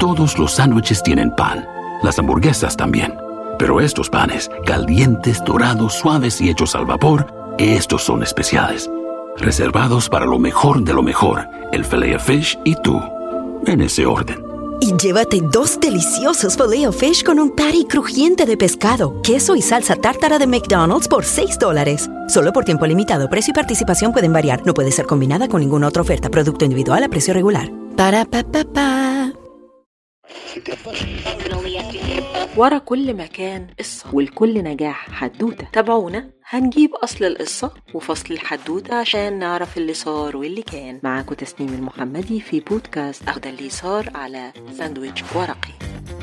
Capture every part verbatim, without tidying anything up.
Todos los sándwiches tienen pan, las hamburguesas también. Pero estos panes, calientes, dorados, suaves y hechos al vapor, estos son especiales. Reservados para lo mejor de lo mejor, el Filet-O-Fish y tú, en ese orden. Y llévate dos deliciosos Filet-O-Fish con un patty crujiente de pescado, queso y salsa tártara de McDonald's por seis dólares. Solo por tiempo limitado. Precio y participación pueden variar. No puede ser combinada con ninguna otra oferta. Producto individual a precio regular. Para pa pa pa. ورا كل مكان قصة، والكل نجاح حدوتة. تابعونا هنجيب أصل القصة وفصل الحدوتة عشان نعرف اللي صار واللي كان. معاكم تسنيم المحمدي في بودكاست أخد اللي صار على ساندويتش ورقي.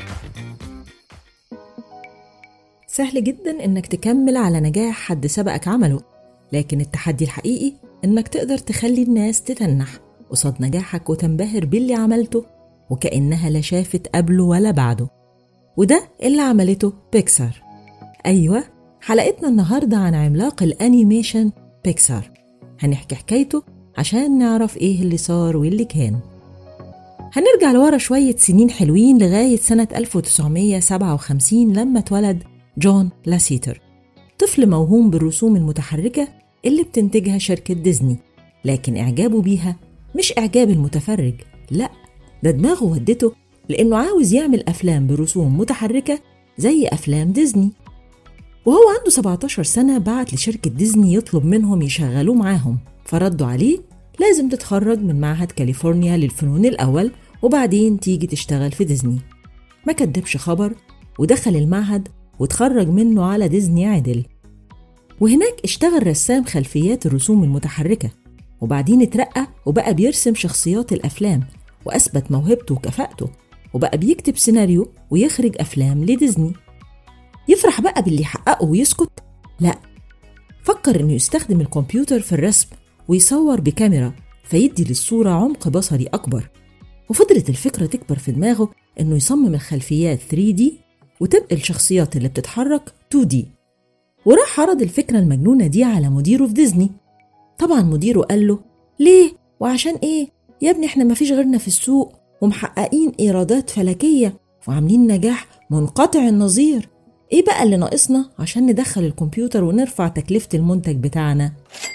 سهل جدا إنك تكمل على نجاح حد سبقك عمله، لكن التحدي الحقيقي إنك تقدر تخلي الناس تتنح قصاد نجاحك وتنبهر باللي عملته وكأنها لا شافت قبله ولا بعده. وده اللي عملته بيكسار. أيوة، حلقتنا النهاردة عن عملاق الأنيميشن بيكسار. هنحكي حكايته عشان نعرف إيه اللي صار واللي كان. هنرجع لورا شوية سنين حلوين لغاية سنة ألف وتسعمية سبعة وخمسين لما اتولد جون لاسيتر، طفل موهوم بالرسوم المتحركة اللي بتنتجها شركة ديزني. لكن إعجابه بيها مش إعجاب المتفرج، لأ، ده دماغه ودته لأنه عاوز يعمل أفلام برسوم متحركة زي أفلام ديزني. وهو عنده سبعتاشر سنة بعت لشركة ديزني يطلب منهم يشغلوه معاهم، فردوا عليه لازم تتخرج من معهد كاليفورنيا للفنون الأول وبعدين تيجي تشتغل في ديزني. ما كدبش خبر ودخل المعهد وتخرج منه على ديزني عدل. وهناك اشتغل رسام خلفيات الرسوم المتحركة، وبعدين اترقى وبقى بيرسم شخصيات الأفلام وأثبت موهبته وكفاءته، وبقى بيكتب سيناريو ويخرج أفلام لديزني. يفرح بقى باللي حققه ويسكت؟ لا، فكر إنه يستخدم الكمبيوتر في الرسم ويصور بكاميرا فيدي للصورة عمق بصري أكبر. وفضلت الفكرة تكبر في دماغه إنه يصمم الخلفيات ثري دي وتبقى الشخصيات اللي بتتحرك تو دي. وراح عرض الفكرة المجنونة دي على مديره في ديزني. طبعا مديره قال له ليه وعشان إيه يا ابني، احنا مفيش غيرنا في السوق ومحققين إيرادات فلكية وعاملين نجاح منقطع النظير. ايه بقى اللي ناقصنا عشان ندخل الكمبيوتر ونرفع تكلفة المنتج بتاعنا؟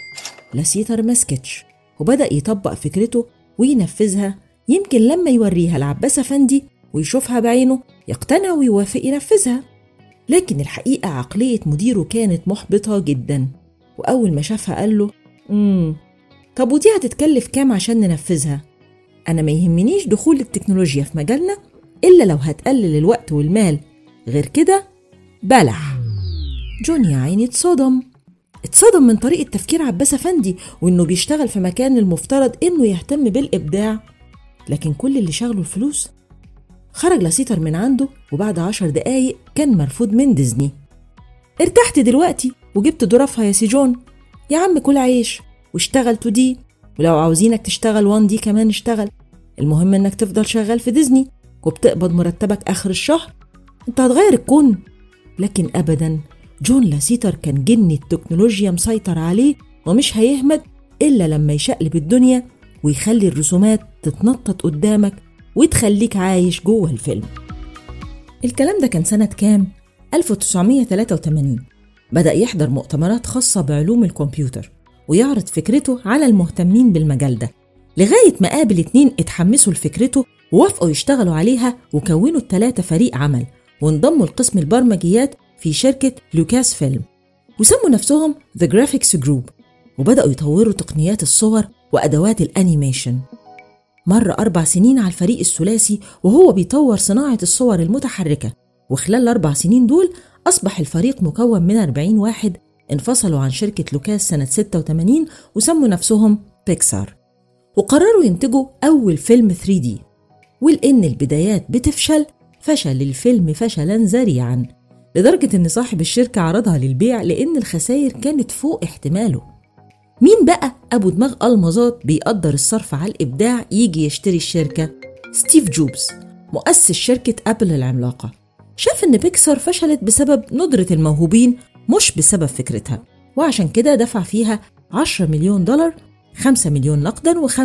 لاسيتر مسكتش وبدأ يطبق فكرته وينفذها. يمكن لما يوريها لعباس أفندي ويشوفها بعينه يقتنع ويوافق ينفذها. لكن الحقيقة عقلية مديره كانت محبطة جدا، وأول ما شافها قال له امم طب ودي هتتكلف كام عشان ننفذها؟ أنا ما يهمنيش دخول التكنولوجيا في مجالنا إلا لو هتقلل الوقت والمال، غير كده بلح. جون يا عيني اتصدم اتصدم من طريقة تفكير عباس أفندي، وإنه بيشتغل في مكان المفترض إنه يهتم بالإبداع، لكن كل اللي شغله الفلوس. خرج لاسيتر من عنده وبعد عشر دقايق كان مرفوض من ديزني. ارتحت دلوقتي وجبت ظرفها يا سي جون، يا عم كل عيش واشتغل تو دي، ولو عاوزينك تشتغل وان دي كمان اشتغل، المهم انك تفضل شغال في ديزني وبتقبض مرتبك اخر الشهر، انت هتغير الكون. لكن ابدا، جون لاسيتر كان جن التكنولوجيا مسيطر عليه ومش هيهمد الا لما يشقلب الدنيا ويخلي الرسومات تتنطط قدامك وتخليك عايش جوه الفيلم. الكلام ده كان سنة كام؟ ألف وتسعمية تلاتة وتمانين. بدأ يحضر مؤتمرات خاصة بعلوم الكمبيوتر ويعرض فكرته على المهتمين بالمجال ده، لغاية ما قابل اتنين اتحمسوا لفكرته ووافقوا يشتغلوا عليها، وكونوا التلاتة فريق عمل وانضموا لقسم البرمجيات في شركة لوكاس فيلم، وسموا نفسهم The Graphics Group، وبدأوا يطوروا تقنيات الصور وأدوات الأنيميشن. مر أربع سنين على الفريق الثلاثي وهو بيطور صناعة الصور المتحركة، وخلال الأربع سنين دول أصبح الفريق مكون من أربعين واحد انفصلوا عن شركة لوكاس سنة ستة وتمانين وسموا نفسهم بيكسار، وقرروا ينتجوا أول فيلم ثري دي. ولأن البدايات بتفشل، فشل الفيلم فشلا ذريعا، لدرجة أن صاحب الشركة عرضها للبيع لأن الخسائر كانت فوق احتماله. مين بقى أبو دماغ ألمظات بيقدر الصرف على الإبداع يجي يشتري الشركة؟ ستيف جوبز، مؤسس شركة أبل العملاقة. شاف أن بيكسار فشلت بسبب ندرة الموهوبين مش بسبب فكرتها، وعشان كده دفع فيها عشرة مليون دولار، خمسة مليون نقدا وخمسة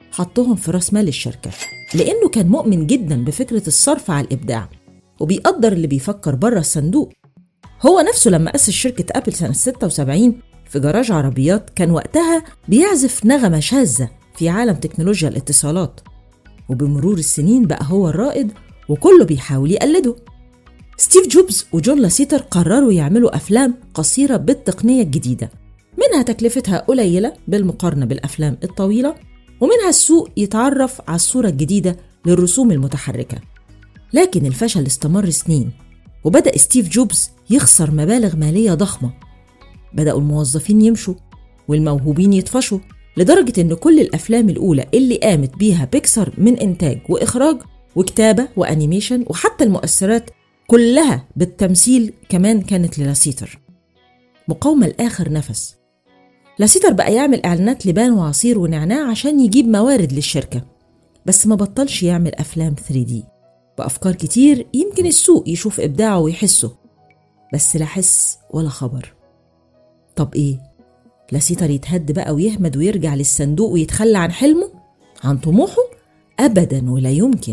حطهم في راس مال الشركة، لأنه كان مؤمن جدا بفكرة الصرف على الإبداع وبيقدر اللي بيفكر بره الصندوق. هو نفسه لما أسس شركة أبل سنة ستة وسبعين في جراج عربيات كان وقتها بيعزف نغمة شاذة في عالم تكنولوجيا الاتصالات، وبمرور السنين بقى هو الرائد وكله بيحاول يقلده. ستيف جوبز وجون لاسيتر قرروا يعملوا أفلام قصيرة بالتقنية الجديدة، منها تكلفتها قليلة بالمقارنة بالأفلام الطويلة، ومنها السوق يتعرف على الصورة الجديدة للرسوم المتحركة. لكن الفشل استمر سنين، وبدأ ستيف جوبز يخسر مبالغ مالية ضخمة. بدأوا الموظفين يمشوا والموهوبين يطفشوا، لدرجة إن كل الأفلام الأولى اللي قامت بيها بيكسار من إنتاج وإخراج وكتابة وأنيميشن وحتى المؤثرات كلها بالتمثيل كمان كانت للاسيتر. مقاومة لآخر نفس. لاسيتر بقى يعمل إعلانات لبان وعصير ونعناع عشان يجيب موارد للشركة، بس ما بطلش يعمل أفلام ثري دي بأفكار كتير يمكن السوق يشوف إبداعه ويحسه، بس لا حس ولا خبر. طب إيه؟ لاسيتر يتهد بقى ويهمد ويرجع للصندوق ويتخلى عن حلمه؟ عن طموحه؟ أبداً ولا يمكن.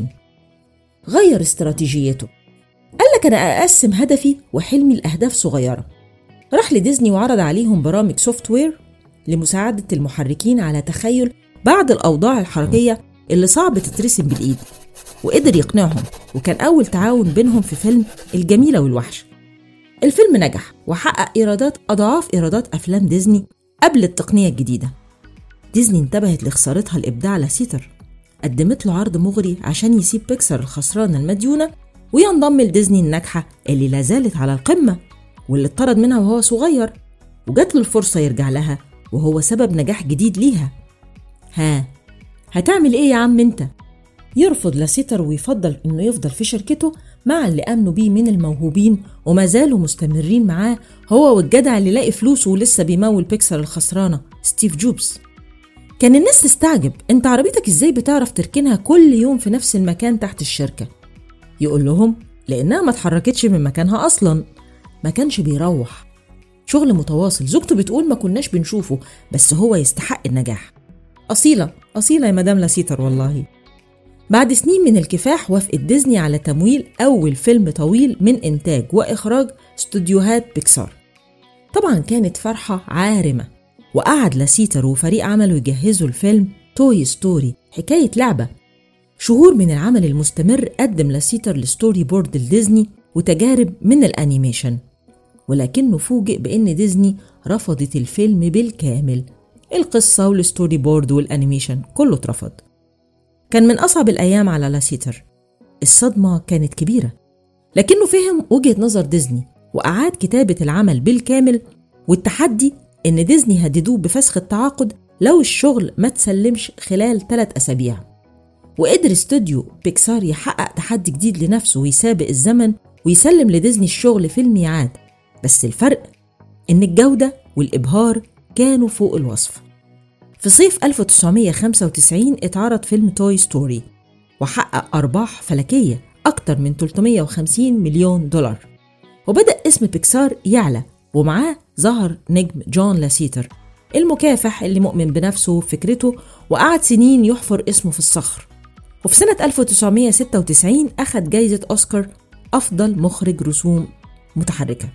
غير استراتيجيته، قال لك أنا أقسم هدفي وحلمي لأهداف صغيرة. راح لديزني وعرض عليهم برامج سوفت وير لمساعدة المحركين على تخيل بعض الأوضاع الحركية اللي صعب تترسم بالإيد، وقدر يقنعهم، وكان أول تعاون بينهم في فيلم الجميلة والوحش. الفيلم نجح وحقق إيرادات أضعاف إيرادات أفلام ديزني قبل التقنية الجديدة. ديزني انتبهت لخسارتها الإبداع لاسيتر، قدمت له عرض مغري عشان يسيب بيكسار الخسرانة المديونة وينضم لديزني الناجحة اللي لازالت على القمة واللي اتطرد منها وهو صغير، وجات له الفرصة يرجع لها وهو سبب نجاح جديد ليها. ها هتعمل ايه يا عم انت؟ يرفض لاسيتر ويفضل انه يفضل في شركته مع اللي امنوا بيه من الموهوبين وما زالوا مستمرين معاه، هو والجدع اللي لاقي فلوسه ولسه بيمول بيكسار الخسرانة ستيف جوبز. كان الناس تستعجب، انت عربيتك ازاي بتعرف تركنها كل يوم في نفس المكان تحت الشركة؟ يقول لهم لانها ما اتحركتش من مكانها اصلا. ما كانش بيروح، شغل متواصل. زوجته بتقول ما كناش بنشوفه، بس هو يستحق النجاح. أصيلة أصيلة يا مدام لاسيتر والله. بعد سنين من الكفاح وافقت ديزني على تمويل أول فيلم طويل من إنتاج وإخراج استوديوهات بيكسار. طبعا كانت فرحة عارمة، وقعد لاسيتر وفريق عمله يجهزوا الفيلم توي ستوري، حكاية لعبة. شهور من العمل المستمر قدم لاسيتر لستوري بورد لديزني وتجارب من الأنيميشن، ولكنه فوجئ بأن ديزني رفضت الفيلم بالكامل. القصة والستوري بورد والأنيميشن كله اترفض. كان من أصعب الأيام على لاسيتر، الصدمة كانت كبيرة، لكنه فهم وجهة نظر ديزني وأعاد كتابة العمل بالكامل، والتحدي إن ديزني هددوه بفسخ التعاقد لو الشغل ما تسلمش خلال ثلاث أسابيع. وقدر استوديو بيكسار يحقق تحدي جديد لنفسه ويسابق الزمن ويسلم لديزني الشغل في الميعاد، بس الفرق إن الجودة والإبهار كانوا فوق الوصف. في صيف ألف وتسعمية وخمسة وتسعين اتعرض فيلم توي ستوري وحقق أرباح فلكية أكتر من ثلاثمية وخمسين مليون دولار، وبدأ اسم بيكسار يعلى، ومعاه ظهر نجم جون لاسيتر المكافح اللي مؤمن بنفسه وفكرته، وقعد سنين يحفر اسمه في الصخر. وفي سنة ألف وتسعمية وستة وتسعين أخذ جايزة أوسكار أفضل مخرج رسوم متحركة.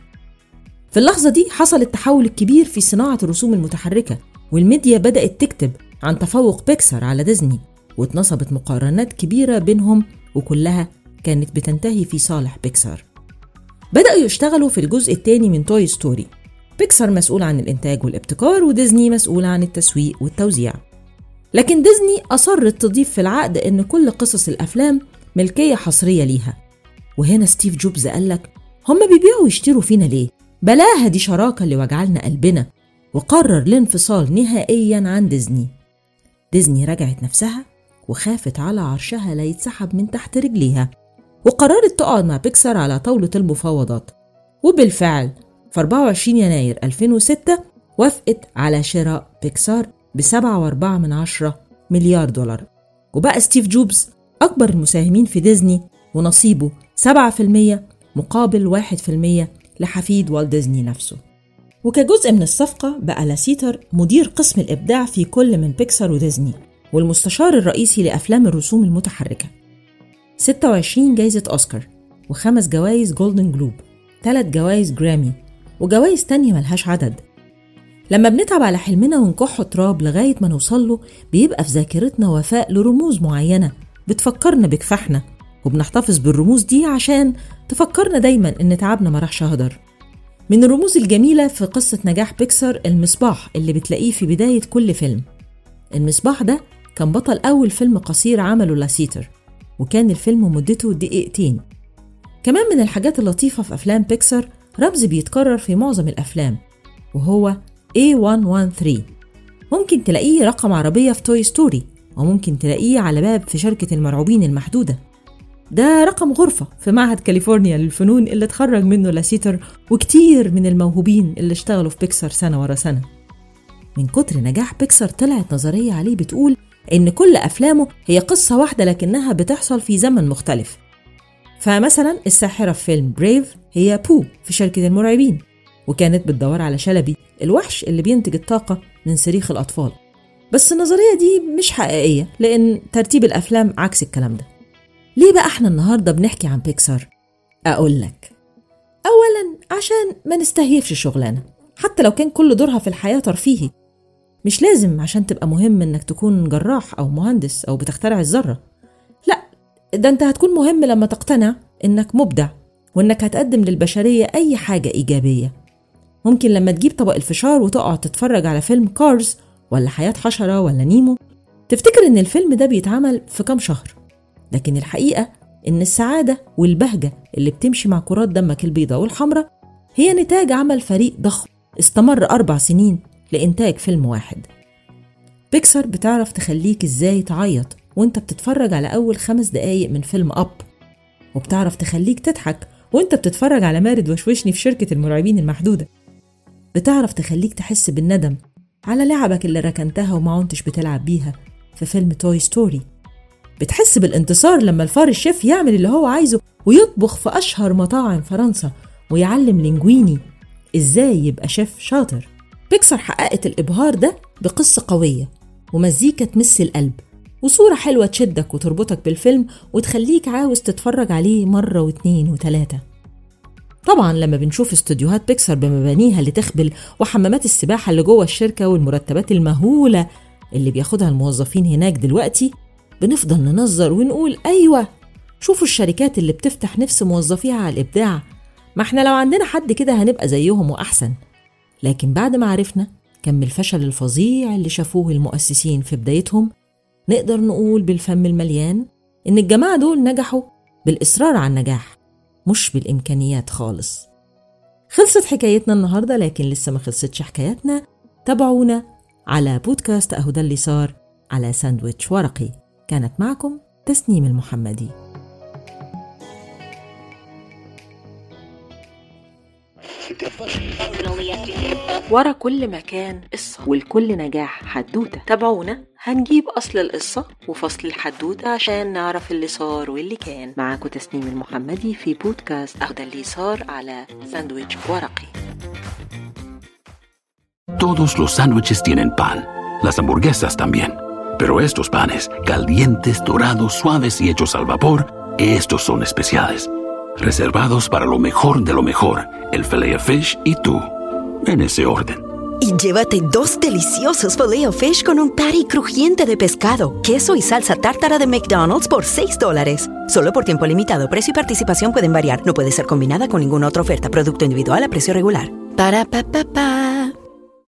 في اللحظة دي حصل التحول الكبير في صناعة الرسوم المتحركة، والميديا بدأت تكتب عن تفوق بيكسار على ديزني، واتنصبت مقارنات كبيرة بينهم وكلها كانت بتنتهي في صالح بيكسار. بدأوا يشتغلوا في الجزء الثاني من توي ستوري، بيكسار مسؤول عن الإنتاج والابتكار وديزني مسؤول عن التسويق والتوزيع. لكن ديزني أصرت تضيف في العقد إن كل قصص الأفلام ملكية حصرية ليها. وهنا ستيف جوبز قالك هم بيبيعوا ويشتروا فينا ليه؟ بلاها دي شراكة اللي وجعلنا قلبنا، وقرر الانفصال نهائياً عن ديزني. ديزني رجعت نفسها وخافت على عرشها لا يتسحب من تحت رجليها، وقررت تقعد مع بيكسار على طاولة المفاوضات. وبالفعل في أربعة وعشرين يناير ألفين وستة وافقت على شراء بيكسار بسبعة وأربعة من عشرة مليار دولار، وبقى ستيف جوبز أكبر المساهمين في ديزني، ونصيبه سبعة في المية مقابل واحد في المية لحفيد والت ديزني نفسه. وكجزء من الصفقة بقى لاسيتر مدير قسم الإبداع في كل من بيكسار وديزني، والمستشار الرئيسي لأفلام الرسوم المتحركة. ستة وعشرين جايزة أوسكار، وخمس جوائز جولدن جلوب، ثلاث جوائز جرامي، وجوائز تانية ملهاش عدد. لما بنتعب على حلمنا ونكح تراب لغاية ما نوصله، بيبقى في ذاكرتنا وفاء لرموز معينة بتفكرنا بكفاحنا، وبنحتفظ بالرموز دي عشان تفكرنا دايما إن تعبنا ما راحش هدر. من الرموز الجميلة في قصة نجاح بيكسار المصباح اللي بتلاقيه في بداية كل فيلم. المصباح ده كان بطل أول فيلم قصير عمله لاسيتر، وكان الفيلم مدته دقيقتين. كمان من الحاجات اللطيفة في أفلام بيكسار رمز بيتكرر في معظم الأفلام، وهو إيه مية وثلاثة. ممكن تلاقيه رقم عربية في توي ستوري، وممكن تلاقيه على باب في شركة المرعوبين المحدودة. ده رقم غرفة في معهد كاليفورنيا للفنون اللي اتخرج منه لاسيتر وكتير من الموهوبين اللي اشتغلوا في بيكسار سنة ورا سنة. من كتر نجاح بيكسار طلعت نظرية عليه بتقول إن كل أفلامه هي قصة واحدة لكنها بتحصل في زمن مختلف. فمثلا الساحرة في فيلم بريف هي بو في شركة المرعبين، وكانت بتدور على شلبي الوحش اللي بينتج الطاقة من صريخ الأطفال. بس النظرية دي مش حقيقية، لأن ترتيب الأفلام عكس الكلام ده. ليه بقى احنا النهاردة بنحكي عن بيكسار؟ أقول لك. أولا عشان ما نستهيفش شغلانة، حتى لو كان كل دورها في الحياة ترفيهي. مش لازم عشان تبقى مهم انك تكون جراح أو مهندس أو بتخترع الذرة. لا، ده انت هتكون مهم لما تقتنع انك مبدع، وانك هتقدم للبشرية أي حاجة إيجابية. ممكن لما تجيب طبق الفشار وتقعد تتفرج على فيلم كارز ولا حياة حشرة ولا نيمو، تفتكر ان الفيلم ده بيتعمل في كام شهر، لكن الحقيقة إن السعادة والبهجة اللي بتمشي مع كرات دمك البيضاء والحمراء هي نتاج عمل فريق ضخم استمر أربع سنين لإنتاج فيلم واحد. بيكسار بتعرف تخليك إزاي تعيط وإنت بتتفرج على أول خمس دقايق من فيلم أب، وبتعرف تخليك تضحك وإنت بتتفرج على مارد وشوشني في شركة المرعبين المحدودة. بتعرف تخليك تحس بالندم على لعبك اللي ركنتها وما عنتش بتلعب بيها في فيلم توي ستوري. بتحس بالانتصار لما الفار الشيف يعمل اللي هو عايزه ويطبخ في أشهر مطاعم فرنسا ويعلم لينجويني إزاي يبقى شيف شاطر. بيكسار حققت الإبهار ده بقصة قوية ومزيكا تمس القلب وصورة حلوة تشدك وتربطك بالفيلم وتخليك عاوز تتفرج عليه مرة واثنين وثلاثة. طبعا لما بنشوف استوديوهات بيكسار بمبانيها اللي تخبل وحمامات السباحة اللي جوه الشركة والمرتبات المهولة اللي بياخدها الموظفين هناك دلوقتي، بنفضل ننظر ونقول أيوة، شوفوا الشركات اللي بتفتح نفس موظفيها على الإبداع، ما احنا لو عندنا حد كده هنبقى زيهم وأحسن. لكن بعد ما عرفنا كم الفشل الفظيع اللي شافوه المؤسسين في بدايتهم، نقدر نقول بالفم المليان إن الجماعة دول نجحوا بالإصرار على النجاح، مش بالإمكانيات خالص. خلصت حكايتنا النهاردة، لكن لسه ما خلصتش حكايتنا. تابعونا على بودكاست أهو ده اللي صار على ساندويتش ورقي. كانت معكم تسنيم المحمدي. ورا كل مكان قصة، والكل نجاح حدوتة. تابعونا، هنجيب أصل القصة وفصل الحدوتة عشان نعرف اللي صار واللي كان. معاكم تسنيم المحمدي في بودكاست أهو ده اللي صار على ساندويتش ورقي. Todos los sándwiches tienen pan, las hamburguesas también. Pero estos panes, calientes, dorados, suaves y hechos al vapor, estos son especiales. Reservados para lo mejor de lo mejor, el Filet-O-Fish y tú, en ese orden. Y llévate dos deliciosos Filet-O-Fish con un patty crujiente de pescado, queso y salsa tártara de McDonald's por seis dólares. Solo por tiempo limitado. Precio y participación pueden variar. No puede ser combinada con ninguna otra oferta. Producto individual a precio regular. Para pa pa pa.